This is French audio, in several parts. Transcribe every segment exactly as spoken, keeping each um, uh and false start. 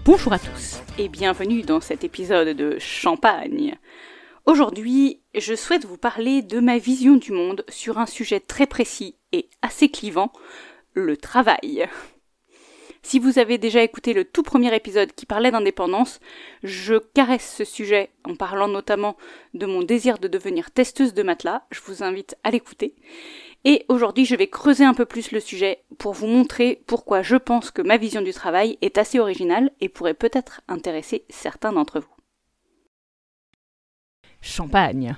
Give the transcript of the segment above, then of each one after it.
Bonjour à tous et bienvenue dans cet épisode de Champagne. Aujourd'hui, je souhaite vous parler de ma vision du monde sur un sujet très précis et assez clivant, le travail. Si vous avez déjà écouté le tout premier épisode qui parlait d'indépendance, je caresse ce sujet en parlant notamment de mon désir de devenir testeuse de matelas, je vous invite à l'écouter. Et aujourd'hui, je vais creuser un peu plus le sujet pour vous montrer pourquoi je pense que ma vision du travail est assez originale et pourrait peut-être intéresser certains d'entre vous. Champagne.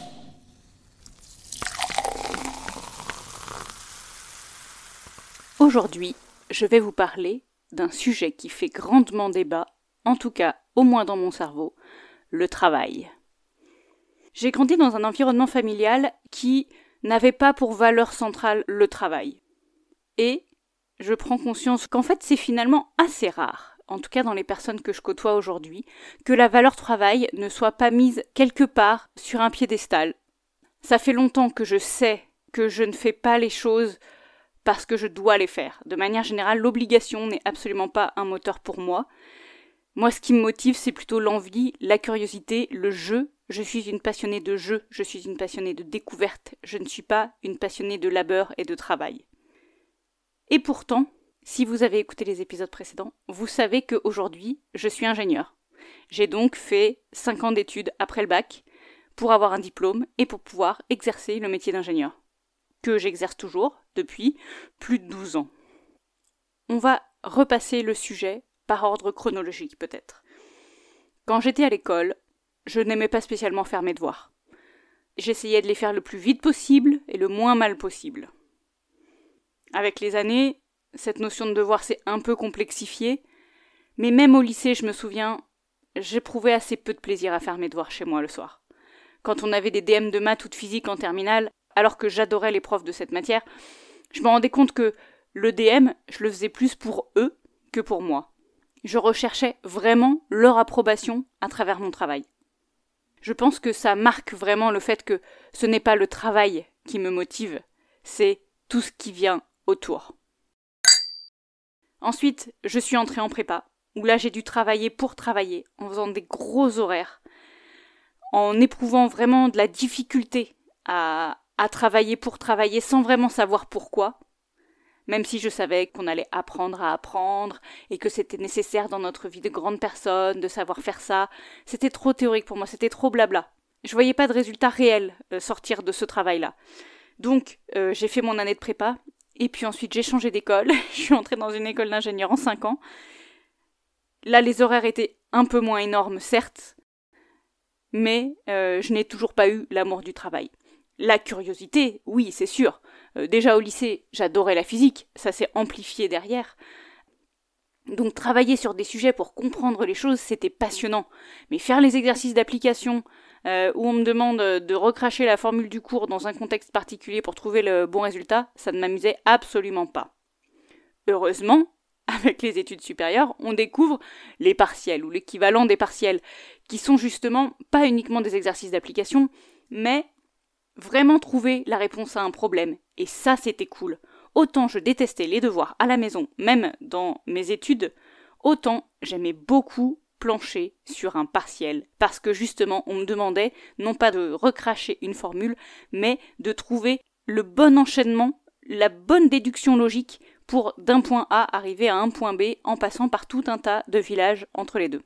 Aujourd'hui, je vais vous parler d'un sujet qui fait grandement débat, en tout cas au moins dans mon cerveau, le travail. J'ai grandi dans un environnement familial qui n'avait pas pour valeur centrale le travail. Et je prends conscience qu'en fait c'est finalement assez rare, en tout cas dans les personnes que je côtoie aujourd'hui, que la valeur travail ne soit pas mise quelque part sur un piédestal. Ça fait longtemps que je sais que je ne fais pas les choses parce que je dois les faire. De manière générale, l'obligation n'est absolument pas un moteur pour moi. Moi, ce qui me motive, c'est plutôt l'envie, la curiosité, le jeu. Je suis une passionnée de jeu, je suis une passionnée de découverte, je ne suis pas une passionnée de labeur et de travail. Et pourtant, si vous avez écouté les épisodes précédents, vous savez qu'aujourd'hui, je suis ingénieure. J'ai donc fait cinq ans d'études après le bac pour avoir un diplôme et pour pouvoir exercer le métier d'ingénieur, que j'exerce toujours depuis plus de douze ans. On va repasser le sujet par ordre chronologique peut-être. Quand j'étais à l'école, je n'aimais pas spécialement faire mes devoirs. J'essayais de les faire le plus vite possible et le moins mal possible. Avec les années, cette notion de devoir s'est un peu complexifiée, mais même au lycée, je me souviens, j'éprouvais assez peu de plaisir à faire mes devoirs chez moi le soir. Quand on avait des D M de maths ou de physique en terminale, alors que j'adorais les profs de cette matière, je me rendais compte que le D M, je le faisais plus pour eux que pour moi. Je recherchais vraiment leur approbation à travers mon travail. Je pense que ça marque vraiment le fait que ce n'est pas le travail qui me motive, c'est tout ce qui vient autour. Ensuite, je suis entrée en prépa, où là j'ai dû travailler pour travailler, en faisant des gros horaires, en éprouvant vraiment de la difficulté à, à travailler pour travailler sans vraiment savoir pourquoi, même si je savais qu'on allait apprendre à apprendre et que c'était nécessaire dans notre vie de grande personne de savoir faire ça. C'était trop théorique pour moi, c'était trop blabla. Je voyais pas de résultat réel euh, sortir de ce travail-là. Donc, euh, j'ai fait mon année de prépa et puis ensuite j'ai changé d'école. Je suis entrée dans une école d'ingénieur en cinq ans. Là, les horaires étaient un peu moins énormes, certes, mais euh, je n'ai toujours pas eu l'amour du travail. La curiosité, oui, c'est sûr. Euh, déjà au lycée, j'adorais la physique, ça s'est amplifié derrière. Donc travailler sur des sujets pour comprendre les choses, c'était passionnant. Mais faire les exercices d'application, euh, où on me demande de recracher la formule du cours dans un contexte particulier pour trouver le bon résultat, ça ne m'amusait absolument pas. Heureusement, avec les études supérieures, on découvre les partiels, ou l'équivalent des partiels, qui sont justement pas uniquement des exercices d'application, mais vraiment trouver la réponse à un problème. Et ça, c'était cool. Autant je détestais les devoirs à la maison, même dans mes études, autant j'aimais beaucoup plancher sur un partiel. Parce que justement, on me demandait non pas de recracher une formule, mais de trouver le bon enchaînement, la bonne déduction logique pour d'un point A arriver à un point B en passant par tout un tas de villages entre les deux.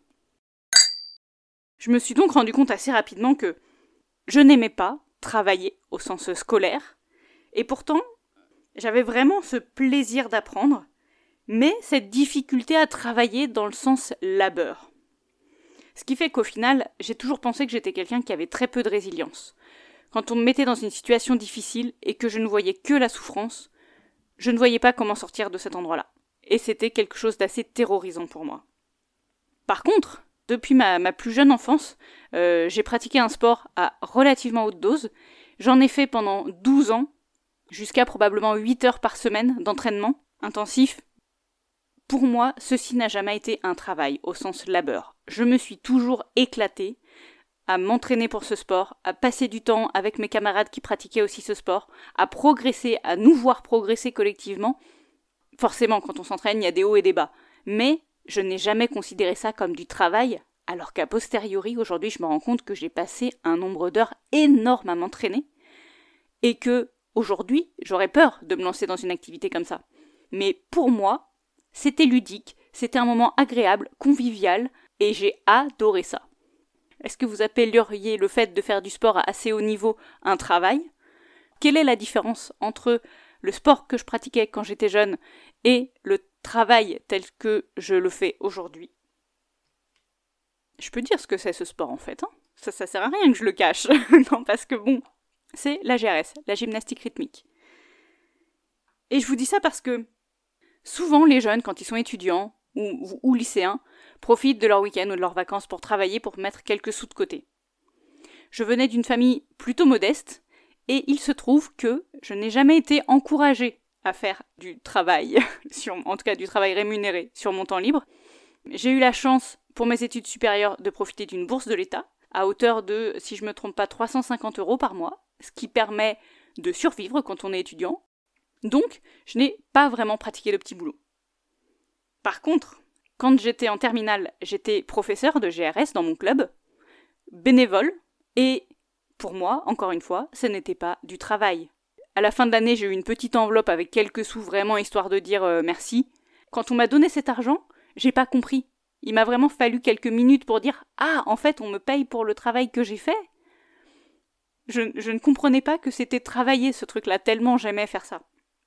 Je me suis donc rendu compte assez rapidement que je n'aimais pas travailler au sens scolaire, et pourtant, j'avais vraiment ce plaisir d'apprendre, mais cette difficulté à travailler dans le sens labeur. Ce qui fait qu'au final, j'ai toujours pensé que j'étais quelqu'un qui avait très peu de résilience. Quand on me mettait dans une situation difficile et que je ne voyais que la souffrance, je ne voyais pas comment sortir de cet endroit-là. Et c'était quelque chose d'assez terrorisant pour moi. Par contre, depuis ma, ma plus jeune enfance, euh, j'ai pratiqué un sport à relativement haute dose. J'en ai fait pendant douze ans, jusqu'à probablement huit heures par semaine d'entraînement intensif. Pour moi, ceci n'a jamais été un travail au sens labeur. Je me suis toujours éclatée à m'entraîner pour ce sport, à passer du temps avec mes camarades qui pratiquaient aussi ce sport, à progresser, à nous voir progresser collectivement. Forcément, quand on s'entraîne, il y a des hauts et des bas. Mais je n'ai jamais considéré ça comme du travail, alors qu'a posteriori, aujourd'hui, je me rends compte que j'ai passé un nombre d'heures énorme à m'entraîner et que, aujourd'hui, j'aurais peur de me lancer dans une activité comme ça. Mais pour moi, c'était ludique, c'était un moment agréable, convivial, et j'ai adoré ça. Est-ce que vous appelleriez le fait de faire du sport à assez haut niveau un travail ? Quelle est la différence entre le sport que je pratiquais quand j'étais jeune et le travail tel que je le fais aujourd'hui ? Je peux dire ce que c'est ce sport en fait, hein. ça, ça sert à rien que je le cache. Non, parce que bon, c'est la G R S, la gymnastique rythmique. Et je vous dis ça parce que souvent les jeunes, quand ils sont étudiants ou, ou, ou lycéens, profitent de leur week-end ou de leurs vacances pour travailler, pour mettre quelques sous de côté. Je venais d'une famille plutôt modeste, et il se trouve que je n'ai jamais été encouragée à faire du travail, sur, en tout cas du travail rémunéré sur mon temps libre. J'ai eu la chance, pour mes études supérieures, de profiter d'une bourse de l'État, à hauteur de, si je ne me trompe pas, trois cent cinquante euros par mois, ce qui permet de survivre quand on est étudiant. Donc, je n'ai pas vraiment pratiqué le petit boulot. Par contre, quand j'étais en terminale, j'étais professeur de G R S dans mon club, bénévole, et pour moi, encore une fois, ce n'était pas du travail. À la fin de l'année, j'ai eu une petite enveloppe avec quelques sous vraiment histoire de dire euh, merci. Quand on m'a donné cet argent, j'ai pas compris. Il m'a vraiment fallu quelques minutes pour dire « Ah, en fait, on me paye pour le travail que j'ai fait ?» je, je ne comprenais pas que c'était travailler ce truc-là, tellement j'aimais faire ça.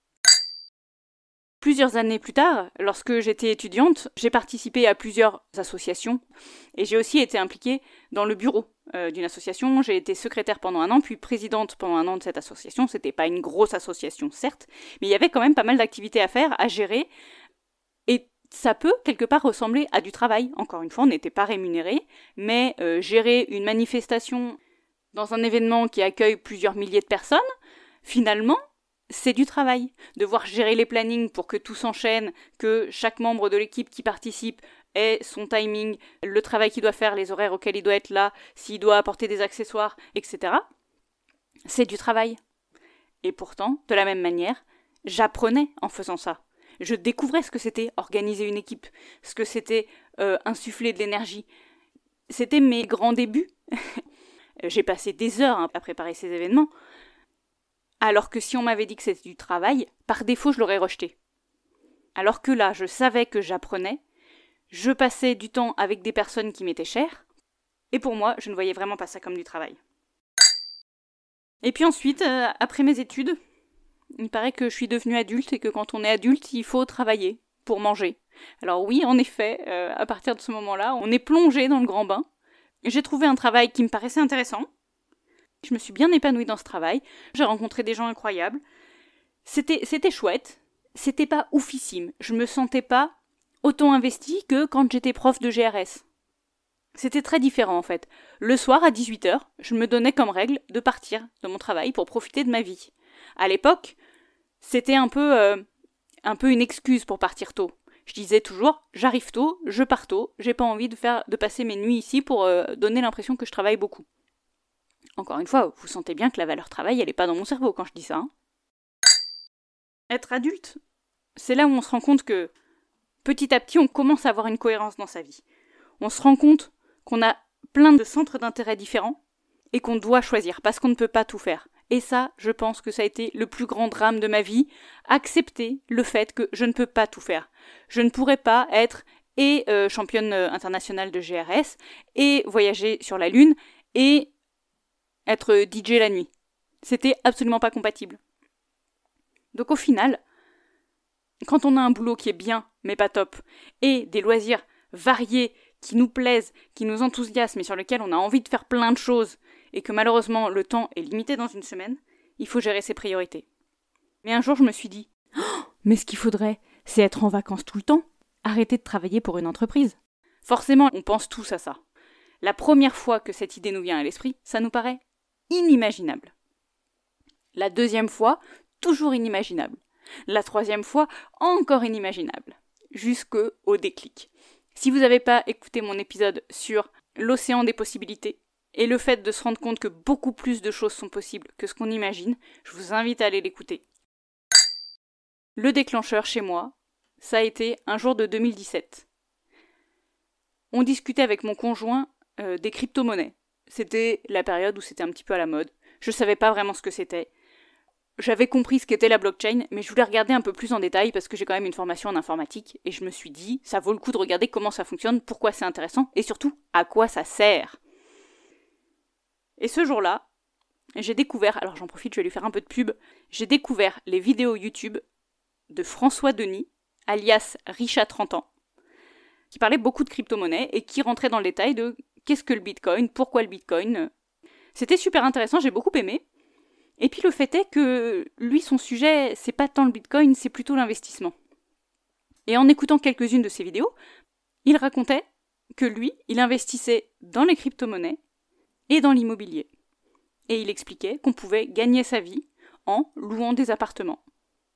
Plusieurs années plus tard, lorsque j'étais étudiante, j'ai participé à plusieurs associations et j'ai aussi été impliquée dans le bureau euh, d'une association. J'ai été secrétaire pendant un an, puis présidente pendant un an de cette association. C'était pas une grosse association, certes, mais il y avait quand même pas mal d'activités à faire, à gérer. Et ça peut quelque part ressembler à du travail. Encore une fois, on n'était pas rémunéré, mais euh, gérer une manifestation dans un événement qui accueille plusieurs milliers de personnes, finalement, c'est du travail. Devoir gérer les plannings pour que tout s'enchaîne, que chaque membre de l'équipe qui participe ait son timing, le travail qu'il doit faire, les horaires auxquels il doit être là, s'il doit apporter des accessoires, et cetera. C'est du travail. Et pourtant, de la même manière, j'apprenais en faisant ça. Je découvrais ce que c'était organiser une équipe, ce que c'était euh, insuffler de l'énergie. C'était mes grands débuts. J'ai passé des heures hein, à préparer ces événements. Alors que si on m'avait dit que c'était du travail, par défaut, je l'aurais rejeté. Alors que là, je savais que j'apprenais, je passais du temps avec des personnes qui m'étaient chères, et pour moi, je ne voyais vraiment pas ça comme du travail. Et puis ensuite, euh, après mes études, il paraît que je suis devenue adulte et que quand on est adulte, il faut travailler pour manger. Alors oui, en effet, euh, à partir de ce moment-là, on est plongé dans le grand bain. J'ai trouvé un travail qui me paraissait intéressant. Je me suis bien épanouie dans ce travail. J'ai rencontré des gens incroyables. C'était, c'était chouette. C'était pas oufissime. Je me sentais pas autant investie que quand j'étais prof de G R S. C'était très différent en fait. Le soir à dix-huit heures, je me donnais comme règle de partir de mon travail pour profiter de ma vie. À l'époque, c'était un peu, euh, un peu une excuse pour partir tôt. Je disais toujours, j'arrive tôt, je pars tôt, j'ai pas envie de faire, de passer mes nuits ici pour euh, donner l'impression que je travaille beaucoup. Encore une fois, vous sentez bien que la valeur travail, elle est pas dans mon cerveau quand je dis ça. Hein. Être adulte, c'est là où on se rend compte que, petit à petit, on commence à avoir une cohérence dans sa vie. On se rend compte qu'on a plein de centres d'intérêt différents et qu'on doit choisir parce qu'on ne peut pas tout faire. Et ça, je pense que ça a été le plus grand drame de ma vie, accepter le fait que je ne peux pas tout faire. Je ne pourrais pas être et euh, championne internationale de G R S, et voyager sur la Lune, et être D J la nuit. C'était absolument pas compatible. Donc au final, quand on a un boulot qui est bien, mais pas top, et des loisirs variés, qui nous plaisent, qui nous enthousiasment, et sur lesquels on a envie de faire plein de choses, et que malheureusement le temps est limité dans une semaine, il faut gérer ses priorités. Mais un jour je me suis dit, oh, mais ce qu'il faudrait, c'est être en vacances tout le temps, arrêter de travailler pour une entreprise. Forcément, on pense tous à ça. La première fois que cette idée nous vient à l'esprit, ça nous paraît inimaginable. La deuxième fois, toujours inimaginable. La troisième fois, encore inimaginable. Jusqu'au déclic. Si vous n'avez pas écouté mon épisode sur l'océan des possibilités, et le fait de se rendre compte que beaucoup plus de choses sont possibles que ce qu'on imagine, je vous invite à aller l'écouter. Le déclencheur chez moi, ça a été un jour de deux mille dix-sept. on discutait avec mon conjoint euh, des crypto-monnaies. C'était la période où c'était un petit peu à la mode. Je savais pas vraiment ce que c'était. J'avais compris ce qu'était la blockchain, mais je voulais regarder un peu plus en détail parce que j'ai quand même une formation en informatique et je me suis dit, ça vaut le coup de regarder comment ça fonctionne, pourquoi c'est intéressant et surtout à quoi ça sert. Et ce jour-là, j'ai découvert, alors j'en profite, je vais lui faire un peu de pub, j'ai découvert les vidéos YouTube de François Denis, alias Richa trente ans, qui parlait beaucoup de crypto-monnaies et qui rentrait dans le détail de qu'est-ce que le Bitcoin, pourquoi le Bitcoin. C'était super intéressant, j'ai beaucoup aimé. Et puis le fait est que lui, son sujet, c'est pas tant le Bitcoin, c'est plutôt l'investissement. Et en écoutant quelques-unes de ses vidéos, il racontait que lui, il investissait dans les crypto-monnaies et dans l'immobilier. Et il expliquait qu'on pouvait gagner sa vie en louant des appartements.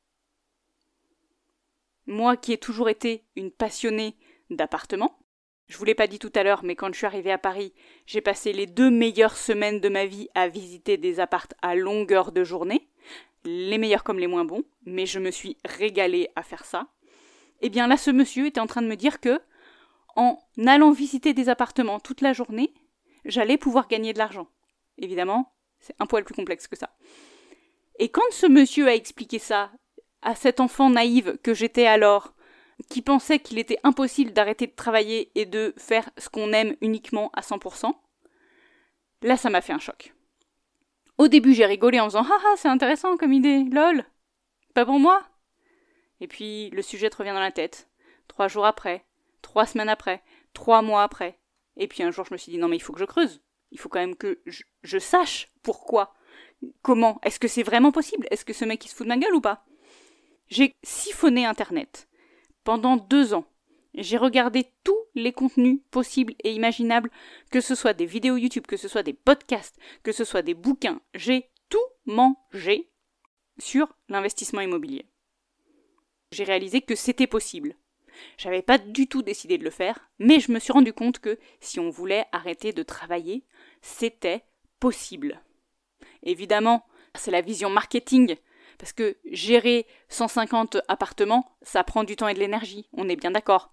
Moi qui ai toujours été une passionnée d'appartements, je vous l'ai pas dit tout à l'heure, mais quand je suis arrivée à Paris, j'ai passé les deux meilleures semaines de ma vie à visiter des appartes à longueur de journée, les meilleurs comme les moins bons, mais je me suis régalée à faire ça. Et bien là, ce monsieur était en train de me dire que, en allant visiter des appartements toute la journée, j'allais pouvoir gagner de l'argent. Évidemment, c'est un poil plus complexe que ça. Et quand ce monsieur a expliqué ça à cet enfant naïve que j'étais alors, qui pensait qu'il était impossible d'arrêter de travailler et de faire ce qu'on aime uniquement à cent pour cent, là ça m'a fait un choc. Au début j'ai rigolé en faisant « Haha, c'est intéressant comme idée, lol, pas pour moi !» Et puis le sujet te revient dans la tête, trois jours après, trois semaines après, trois mois après. Et puis un jour je me suis dit « Non mais il faut que je creuse, il faut quand même que je, je sache pourquoi, comment, est-ce que c'est vraiment possible, est-ce que ce mec il se fout de ma gueule ou pas ?» J'ai siphonné Internet. Pendant deux ans, j'ai regardé tous les contenus possibles et imaginables, que ce soit des vidéos YouTube, que ce soit des podcasts, que ce soit des bouquins. J'ai tout mangé sur l'investissement immobilier. J'ai réalisé que c'était possible. J'avais pas du tout décidé de le faire, mais je me suis rendu compte que si on voulait arrêter de travailler, c'était possible. Évidemment, c'est la vision marketing. Parce que gérer cent cinquante appartements, ça prend du temps et de l'énergie, on est bien d'accord.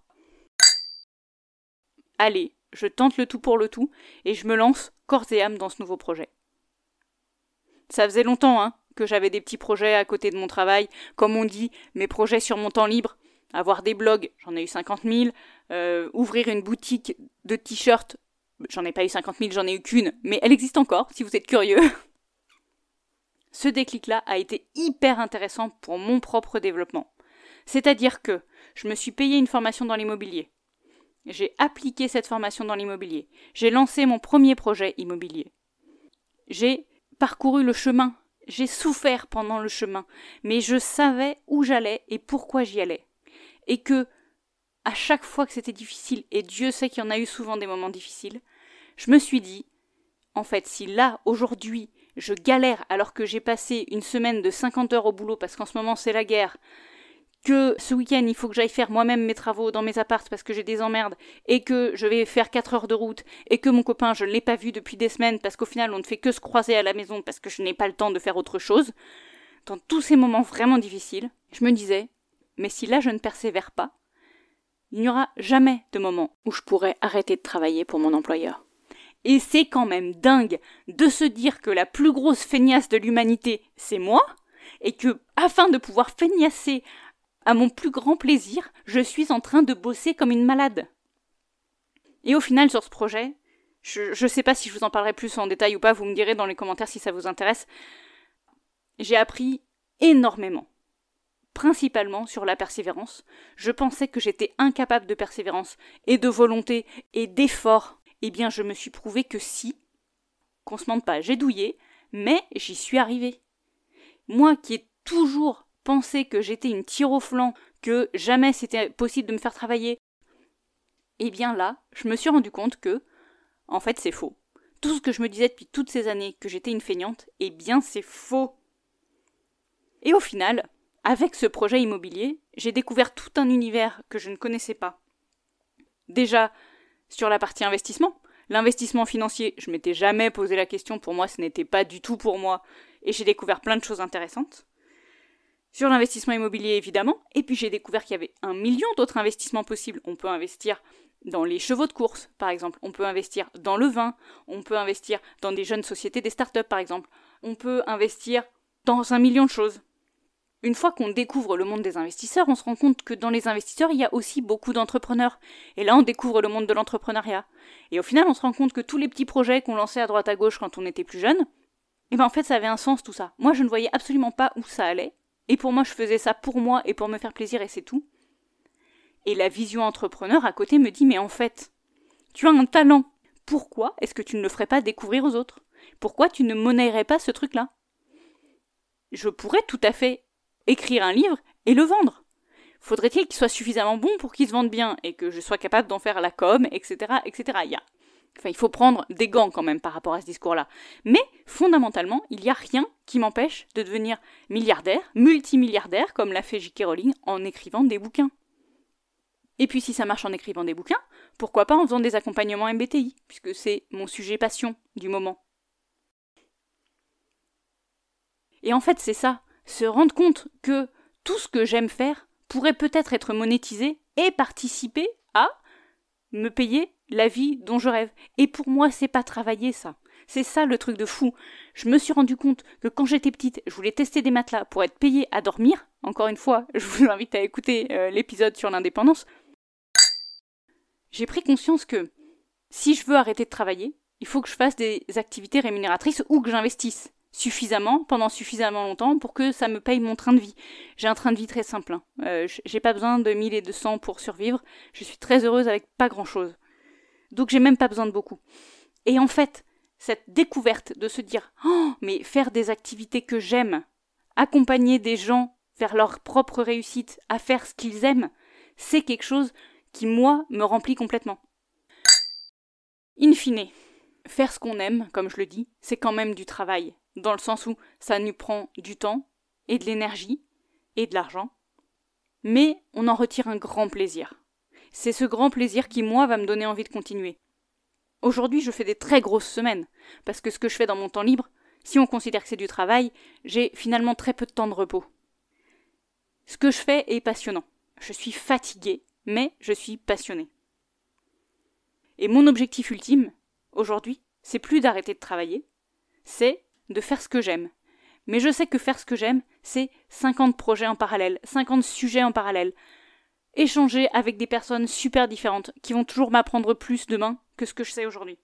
Allez, je tente le tout pour le tout, et je me lance corps et âme dans ce nouveau projet. Ça faisait longtemps hein, que j'avais des petits projets à côté de mon travail, comme on dit, mes projets sur mon temps libre, avoir des blogs, j'en ai eu cinquante mille, euh, ouvrir une boutique de t-shirts, j'en ai pas eu cinquante mille, j'en ai eu qu'une, mais elle existe encore, si vous êtes curieux. Ce déclic-là a été hyper intéressant pour mon propre développement. C'est-à-dire que je me suis payé une formation dans l'immobilier. J'ai appliqué cette formation dans l'immobilier. J'ai lancé mon premier projet immobilier. J'ai parcouru le chemin. J'ai souffert pendant le chemin. Mais je savais où j'allais et pourquoi j'y allais. Et que, à chaque fois que c'était difficile, et Dieu sait qu'il y en a eu souvent des moments difficiles, je me suis dit, en fait, si là, aujourd'hui, je galère alors que j'ai passé une semaine de cinquante heures au boulot parce qu'en ce moment c'est la guerre, que ce week-end il faut que j'aille faire moi-même mes travaux dans mes apparts parce que j'ai des emmerdes et que je vais faire quatre heures de route et que mon copain je ne l'ai pas vu depuis des semaines parce qu'au final on ne fait que se croiser à la maison parce que je n'ai pas le temps de faire autre chose, dans tous ces moments vraiment difficiles, je me disais, mais si là je ne persévère pas, il n'y aura jamais de moment où je pourrai arrêter de travailler pour mon employeur. Et c'est quand même dingue de se dire que la plus grosse feignasse de l'humanité, c'est moi, et que, afin de pouvoir feignasser à mon plus grand plaisir, je suis en train de bosser comme une malade. Et au final, sur ce projet, je ne sais pas si je vous en parlerai plus en détail ou pas, vous me direz dans les commentaires si ça vous intéresse, j'ai appris énormément. Principalement sur la persévérance. Je pensais que j'étais incapable de persévérance, et de volonté, et d'effort. Eh bien, je me suis prouvé que si, qu'on se mente pas, j'ai douillé, mais j'y suis arrivée. Moi qui ai toujours pensé que j'étais une tire au flanc, que jamais c'était possible de me faire travailler, eh bien là, je me suis rendu compte que, en fait, c'est faux. Tout ce que je me disais depuis toutes ces années, que j'étais une feignante, eh bien, c'est faux. Et au final, avec ce projet immobilier, j'ai découvert tout un univers que je ne connaissais pas. Déjà, sur la partie investissement, l'investissement financier, je m'étais jamais posé la question, pour moi ce n'était pas du tout pour moi, et j'ai découvert plein de choses intéressantes. Sur l'investissement immobilier évidemment, et puis j'ai découvert qu'il y avait un million d'autres investissements possibles. On peut investir dans les chevaux de course, par exemple. On peut investir dans le vin, on peut investir dans des jeunes sociétés, des startups, par exemple. On peut investir dans un million de choses. Une fois qu'on découvre le monde des investisseurs, on se rend compte que dans les investisseurs, il y a aussi beaucoup d'entrepreneurs. Et là, on découvre le monde de l'entrepreneuriat. Et au final, on se rend compte que tous les petits projets qu'on lançait à droite à gauche quand on était plus jeune, eh ben en fait, ça avait un sens tout ça. Moi, je ne voyais absolument pas où ça allait. Et pour moi, je faisais ça pour moi et pour me faire plaisir et c'est tout. Et la vision entrepreneur à côté me dit, mais en fait, tu as un talent. Pourquoi est-ce que tu ne le ferais pas découvrir aux autres ? Pourquoi tu ne monnaierais pas ce truc-là ? Je pourrais tout à fait écrire un livre et le vendre. Faudrait-il qu'il soit suffisamment bon pour qu'il se vende bien et que je sois capable d'en faire la com, et cetera, et cetera. Il y a... Enfin, il faut prendre des gants quand même par rapport à ce discours-là. Mais, fondamentalement, il n'y a rien qui m'empêche de devenir milliardaire, multimilliardaire, comme l'a fait J K Rowling, en écrivant des bouquins. Et puis si ça marche en écrivant des bouquins, pourquoi pas en faisant des accompagnements M B T I, puisque c'est mon sujet passion du moment. Et en fait, c'est ça, se rendre compte que tout ce que j'aime faire pourrait peut-être être monétisé et participer à me payer la vie dont je rêve. Et pour moi, c'est pas travailler ça. C'est ça le truc de fou. Je me suis rendu compte que quand j'étais petite, je voulais tester des matelas pour être payée à dormir. Encore une fois, je vous invite à écouter euh, l'épisode sur l'indépendance. J'ai pris conscience que si je veux arrêter de travailler, il faut que je fasse des activités rémunératrices ou que j'investisse suffisamment, pendant suffisamment longtemps, pour que ça me paye mon train de vie. J'ai un train de vie très simple. Hein. Euh, j'ai pas besoin de mille deux cents pour survivre. Je suis très heureuse avec pas grand-chose. Donc j'ai même pas besoin de beaucoup. Et en fait, cette découverte de se dire « Oh, mais faire des activités que j'aime, accompagner des gens vers leur propre réussite, à faire ce qu'ils aiment, c'est quelque chose qui, moi, me remplit complètement. » In fine, faire ce qu'on aime, comme je le dis, c'est quand même du travail, dans le sens où ça nous prend du temps, et de l'énergie, et de l'argent, mais on en retire un grand plaisir. C'est ce grand plaisir qui, moi, va me donner envie de continuer. Aujourd'hui, je fais des très grosses semaines, parce que ce que je fais dans mon temps libre, si on considère que c'est du travail, j'ai finalement très peu de temps de repos. Ce que je fais est passionnant. Je suis fatiguée, mais je suis passionnée. Et mon objectif ultime, aujourd'hui, c'est plus d'arrêter de travailler, c'est de faire ce que j'aime. Mais je sais que faire ce que j'aime, c'est cinquante projets en parallèle, cinquante sujets en parallèle. Échanger avec des personnes super différentes, qui vont toujours m'apprendre plus demain que ce que je sais aujourd'hui.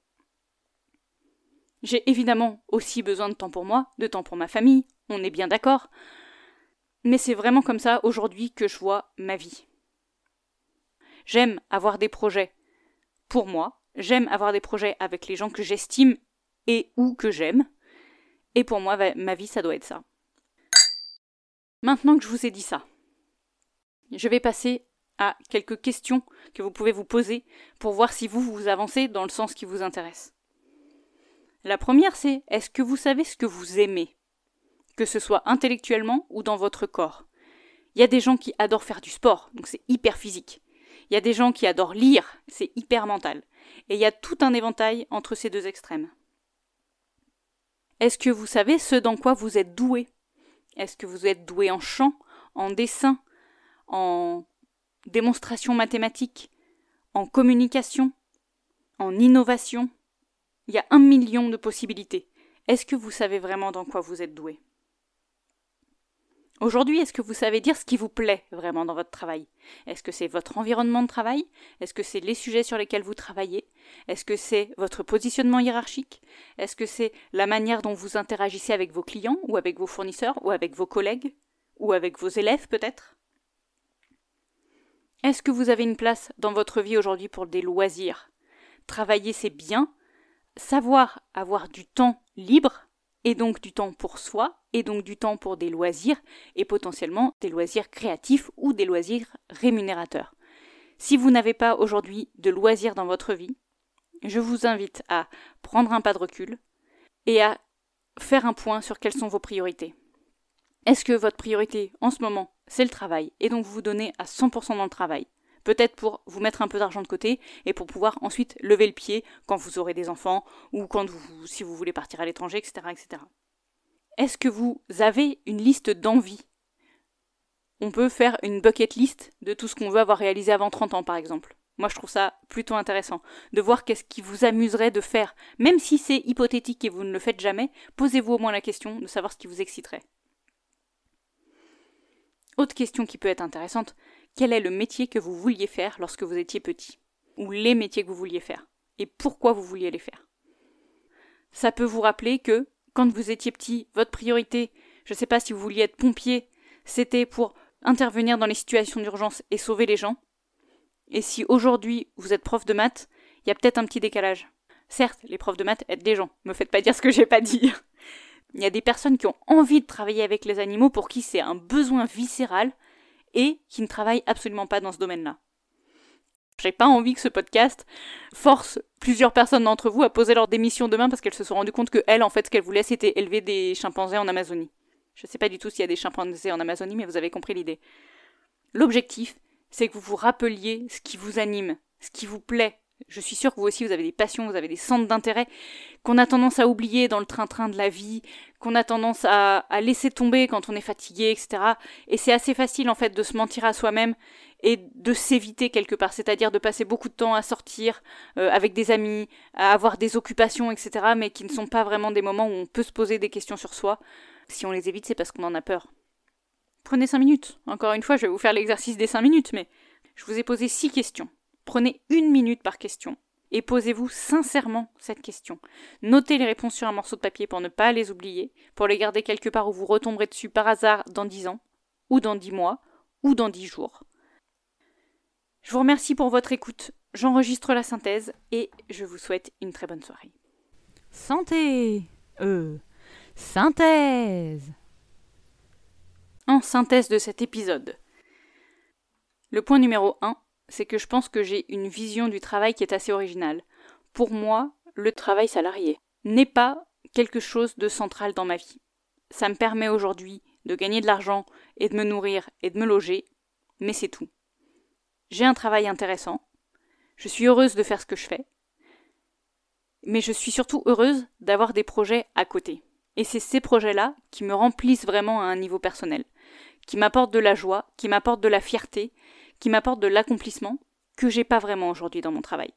J'ai évidemment aussi besoin de temps pour moi, de temps pour ma famille, on est bien d'accord, mais c'est vraiment comme ça aujourd'hui que je vois ma vie. J'aime avoir des projets pour moi, j'aime avoir des projets avec les gens que j'estime et ou que j'aime, et pour moi, ma vie, ça doit être ça. Maintenant que je vous ai dit ça, je vais passer à quelques questions que vous pouvez vous poser pour voir si vous, vous avancez dans le sens qui vous intéresse. La première, c'est, est-ce que vous savez ce que vous aimez ? Que ce soit intellectuellement ou dans votre corps. Il y a des gens qui adorent faire du sport, donc c'est hyper physique. Il y a des gens qui adorent lire, c'est hyper mental. Et il y a tout un éventail entre ces deux extrêmes. Est-ce que vous savez ce dans quoi vous êtes doué ? Est-ce que vous êtes doué en chant, en dessin, en démonstration mathématique, en communication, en innovation ? Il y a un million de possibilités. Est-ce que vous savez vraiment dans quoi vous êtes doué ? Aujourd'hui, est-ce que vous savez dire ce qui vous plaît vraiment dans votre travail ? Est-ce que c'est votre environnement de travail ? Est-ce que c'est les sujets sur lesquels vous travaillez ? Est-ce que c'est votre positionnement hiérarchique ? Est-ce que c'est la manière dont vous interagissez avec vos clients ou avec vos fournisseurs ou avec vos collègues ou avec vos élèves peut-être ? Est-ce que vous avez une place dans votre vie aujourd'hui pour des loisirs ? Travailler, c'est bien. Savoir avoir du temps libre, et donc du temps pour soi, et donc du temps pour des loisirs, et potentiellement des loisirs créatifs ou des loisirs rémunérateurs. Si vous n'avez pas aujourd'hui de loisirs dans votre vie, je vous invite à prendre un pas de recul et à faire un point sur quelles sont vos priorités. Est-ce que votre priorité en ce moment, c'est le travail, et donc vous vous donnez à cent pour cent dans le travail ? Peut-être pour vous mettre un peu d'argent de côté et pour pouvoir ensuite lever le pied quand vous aurez des enfants ou quand vous, si vous voulez partir à l'étranger, et cetera, et cetera. Est-ce que vous avez une liste d'envies ? On peut faire une bucket list de tout ce qu'on veut avoir réalisé avant trente ans, par exemple. Moi, je trouve ça plutôt intéressant, de voir qu'est-ce qui vous amuserait de faire. Même si c'est hypothétique et vous ne le faites jamais, posez-vous au moins la question de savoir ce qui vous exciterait. Autre question qui peut être intéressante, quel est le métier que vous vouliez faire lorsque vous étiez petit? Ou les métiers que vous vouliez faire? Et pourquoi vous vouliez les faire? Ça peut vous rappeler que, quand vous étiez petit, votre priorité, je ne sais pas si vous vouliez être pompier, c'était pour intervenir dans les situations d'urgence et sauver les gens. Et si aujourd'hui vous êtes prof de maths, il y a peut-être un petit décalage. Certes, les profs de maths aident les gens, me faites pas dire ce que j'ai pas dit. Il y a des personnes qui ont envie de travailler avec les animaux pour qui c'est un besoin viscéral et qui ne travaillent absolument pas dans ce domaine-là. J'ai pas envie que ce podcast force plusieurs personnes d'entre vous à poser leur démission demain parce qu'elles se sont rendues compte que elles, en fait, ce qu'elles voulaient, c'était élever des chimpanzés en Amazonie. Je sais pas du tout s'il y a des chimpanzés en Amazonie, mais vous avez compris l'idée. L'objectif, c'est que vous vous rappeliez ce qui vous anime, ce qui vous plaît. Je suis sûre que vous aussi, vous avez des passions, vous avez des centres d'intérêt qu'on a tendance à oublier dans le train-train de la vie, qu'on a tendance à, à laisser tomber quand on est fatigué, et cetera. Et c'est assez facile, en fait, de se mentir à soi-même et de s'éviter quelque part, c'est-à-dire de passer beaucoup de temps à sortir euh, avec des amis, à avoir des occupations, et cetera, mais qui ne sont pas vraiment des moments où on peut se poser des questions sur soi. Si on les évite, c'est parce qu'on en a peur. Prenez cinq minutes. Encore une fois, je vais vous faire l'exercice des cinq minutes, mais je vous ai posé six questions. Prenez une minute par question et posez-vous sincèrement cette question. Notez les réponses sur un morceau de papier pour ne pas les oublier, pour les garder quelque part où vous retomberez dessus par hasard dans dix ans, ou dans dix mois, ou dans dix jours. Je vous remercie pour votre écoute, j'enregistre la synthèse et je vous souhaite une très bonne soirée. Santé Euh, synthèse En synthèse de cet épisode. Le point numéro un, c'est que je pense que j'ai une vision du travail qui est assez originale. Pour moi, le travail salarié n'est pas quelque chose de central dans ma vie. Ça me permet aujourd'hui de gagner de l'argent et de me nourrir et de me loger, mais c'est tout. J'ai un travail intéressant, je suis heureuse de faire ce que je fais, mais je suis surtout heureuse d'avoir des projets à côté. Et c'est ces projets-là qui me remplissent vraiment à un niveau personnel, qui m'apportent de la joie, qui m'apportent de la fierté, qui m'apportent de l'accomplissement que j'ai pas vraiment aujourd'hui dans mon travail.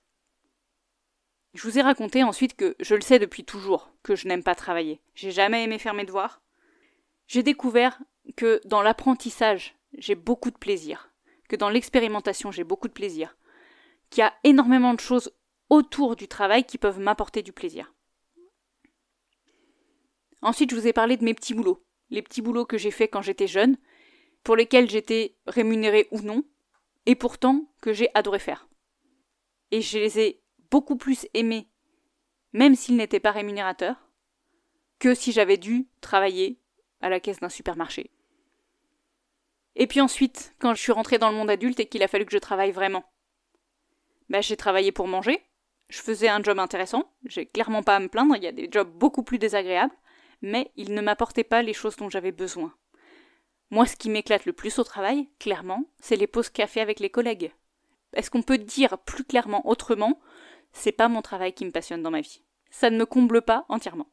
Je vous ai raconté ensuite que je le sais depuis toujours que je n'aime pas travailler. J'ai jamais aimé faire mes devoirs. J'ai découvert que dans l'apprentissage, j'ai beaucoup de plaisir, que dans l'expérimentation, j'ai beaucoup de plaisir, qu'il y a énormément de choses autour du travail qui peuvent m'apporter du plaisir. Ensuite, je vous ai parlé de mes petits boulots, les petits boulots que j'ai faits quand j'étais jeune, pour lesquels j'étais rémunérée ou non, et pourtant que j'ai adoré faire. Et je les ai beaucoup plus aimés, même s'ils n'étaient pas rémunérateurs, que si j'avais dû travailler à la caisse d'un supermarché. Et puis ensuite, quand je suis rentrée dans le monde adulte et qu'il a fallu que je travaille vraiment, ben j'ai travaillé pour manger, je faisais un job intéressant, j'ai clairement pas à me plaindre, il y a des jobs beaucoup plus désagréables, mais ils ne m'apportaient pas les choses dont j'avais besoin. Moi, ce qui m'éclate le plus au travail, clairement, c'est les pauses café avec les collègues. Est-ce qu'on peut dire plus clairement autrement, c'est pas mon travail qui me passionne dans ma vie. Ça ne me comble pas entièrement.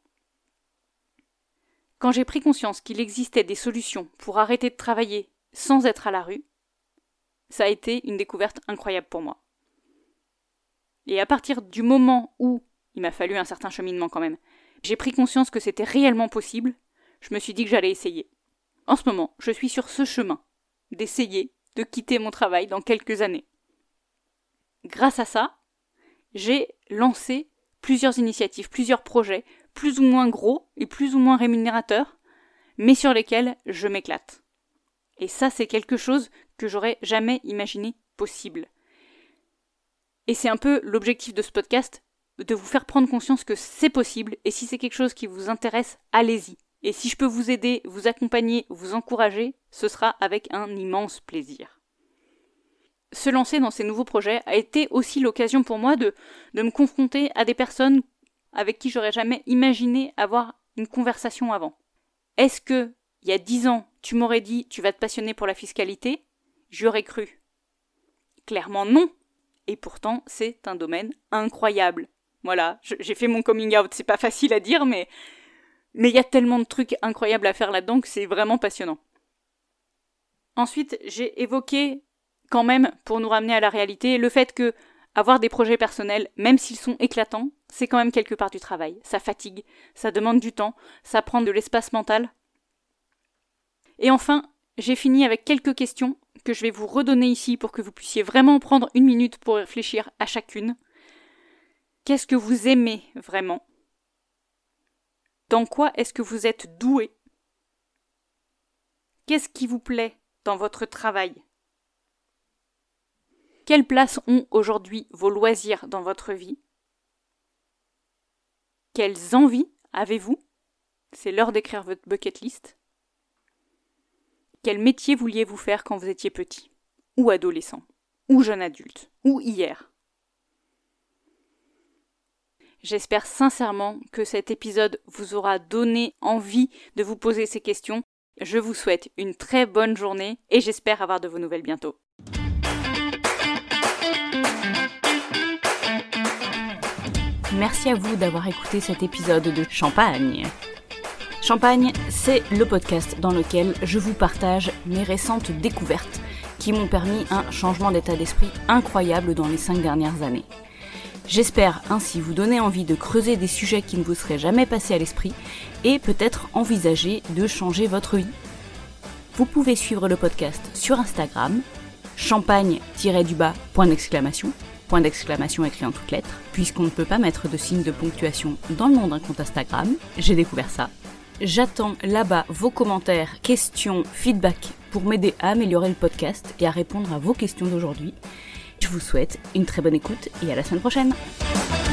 Quand j'ai pris conscience qu'il existait des solutions pour arrêter de travailler sans être à la rue, ça a été une découverte incroyable pour moi. Et à partir du moment où, il m'a fallu un certain cheminement quand même, j'ai pris conscience que c'était réellement possible, je me suis dit que j'allais essayer. En ce moment, je suis sur ce chemin, d'essayer de quitter mon travail dans quelques années. Grâce à ça, j'ai lancé plusieurs initiatives, plusieurs projets, plus ou moins gros et plus ou moins rémunérateurs, mais sur lesquels je m'éclate. Et ça, c'est quelque chose que j'aurais jamais imaginé possible. Et c'est un peu l'objectif de ce podcast, de vous faire prendre conscience que c'est possible, et si c'est quelque chose qui vous intéresse, allez-y. Et si je peux vous aider, vous accompagner, vous encourager, ce sera avec un immense plaisir. Se lancer dans ces nouveaux projets a été aussi l'occasion pour moi de, de me confronter à des personnes avec qui j'aurais jamais imaginé avoir une conversation avant. Est-ce que, il y a dix ans, tu m'aurais dit tu vas te passionner pour la fiscalité ? J'y aurais cru. Clairement non. Et pourtant, c'est un domaine incroyable. Voilà, je, j'ai fait mon coming out, c'est pas facile à dire, mais mais il y a tellement de trucs incroyables à faire là-dedans que c'est vraiment passionnant. Ensuite, j'ai évoqué quand même, pour nous ramener à la réalité, le fait que avoir des projets personnels, même s'ils sont éclatants, c'est quand même quelque part du travail. Ça fatigue, ça demande du temps, ça prend de l'espace mental. Et enfin, j'ai fini avec quelques questions que je vais vous redonner ici pour que vous puissiez vraiment prendre une minute pour réfléchir à chacune. Qu'est-ce que vous aimez vraiment ? Dans quoi est-ce que vous êtes doué ? Qu'est-ce qui vous plaît dans votre travail ? Quelle place ont aujourd'hui vos loisirs dans votre vie ? Quelles envies avez-vous ? C'est l'heure d'écrire votre bucket list. Quel métier vouliez-vous faire quand vous étiez petit ? Ou adolescent ? Ou jeune adulte ? Ou hier ? J'espère sincèrement que cet épisode vous aura donné envie de vous poser ces questions. Je vous souhaite une très bonne journée et j'espère avoir de vos nouvelles bientôt. Merci à vous d'avoir écouté cet épisode de Champagne. Champagne, c'est le podcast dans lequel je vous partage mes récentes découvertes qui m'ont permis un changement d'état d'esprit incroyable dans les cinq dernières années. J'espère ainsi vous donner envie de creuser des sujets qui ne vous seraient jamais passés à l'esprit et peut-être envisager de changer votre vie. Vous pouvez suivre le podcast sur Instagram, champagne-du-bas, point d'exclamation, point d'exclamation écrit en toutes lettres, puisqu'on ne peut pas mettre de signe de ponctuation dans le nom d'un compte Instagram, j'ai découvert ça. J'attends là-bas vos commentaires, questions, feedback pour m'aider à améliorer le podcast et à répondre à vos questions d'aujourd'hui. Je vous souhaite une très bonne écoute et à la semaine prochaine.